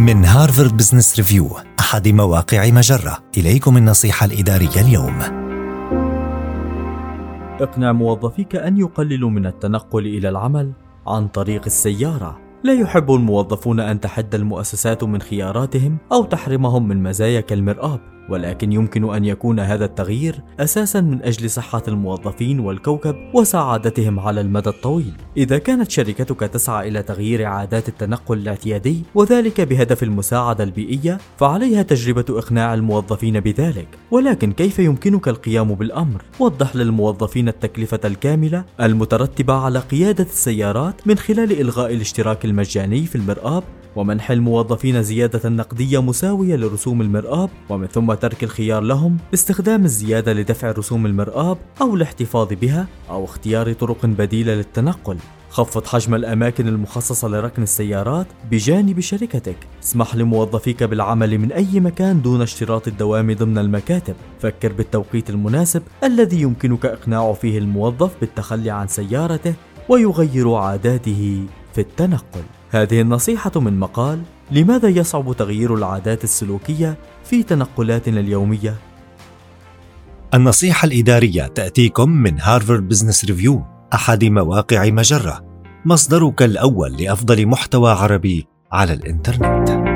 من هارفارد بزنس ريفيو أحد مواقع مجرة، إليكم النصيحة الإدارية اليوم. اقنع موظفيك أن يقللوا من التنقل إلى العمل عن طريق السيارة. لا يحب الموظفون أن تحد المؤسسات من خياراتهم أو تحرمهم من مزايا كالمرآب، ولكن يمكن أن يكون هذا التغيير أساساً من أجل صحة الموظفين والكوكب وسعادتهم على المدى الطويل. إذا كانت شركتك تسعى إلى تغيير عادات التنقل الاعتيادي وذلك بهدف المساعدة البيئية، فعليها تجربة إقناع الموظفين بذلك. ولكن كيف يمكنك القيام بالأمر؟ وضح للموظفين التكلفة الكاملة المترتبة على قيادة السيارات من خلال إلغاء الاشتراك المجاني في المرآب، ومنح الموظفين زيادة نقدية مساوية لرسوم المرآب، ومن ثم ترك الخيار لهم باستخدام الزيادة لدفع رسوم المرآب أو الاحتفاظ بها، أو اختيار طرق بديلة للتنقل. خفض حجم الأماكن المخصصة لركن السيارات بجانب شركتك. اسمح لموظفيك بالعمل من أي مكان دون اشتراط الدوام ضمن المكاتب. فكر بالتوقيت المناسب الذي يمكنك إقناع فيه الموظف بالتخلي عن سيارته ويغير عاداته في التنقل. هذه النصيحة من مقال لماذا يصعب تغيير العادات السلوكية في تنقلاتنا اليومية؟ النصيحة الإدارية تأتيكم من هارفارد بزنس ريفيو أحد مواقع مجرة، مصدرك الأول لأفضل محتوى عربي على الإنترنت.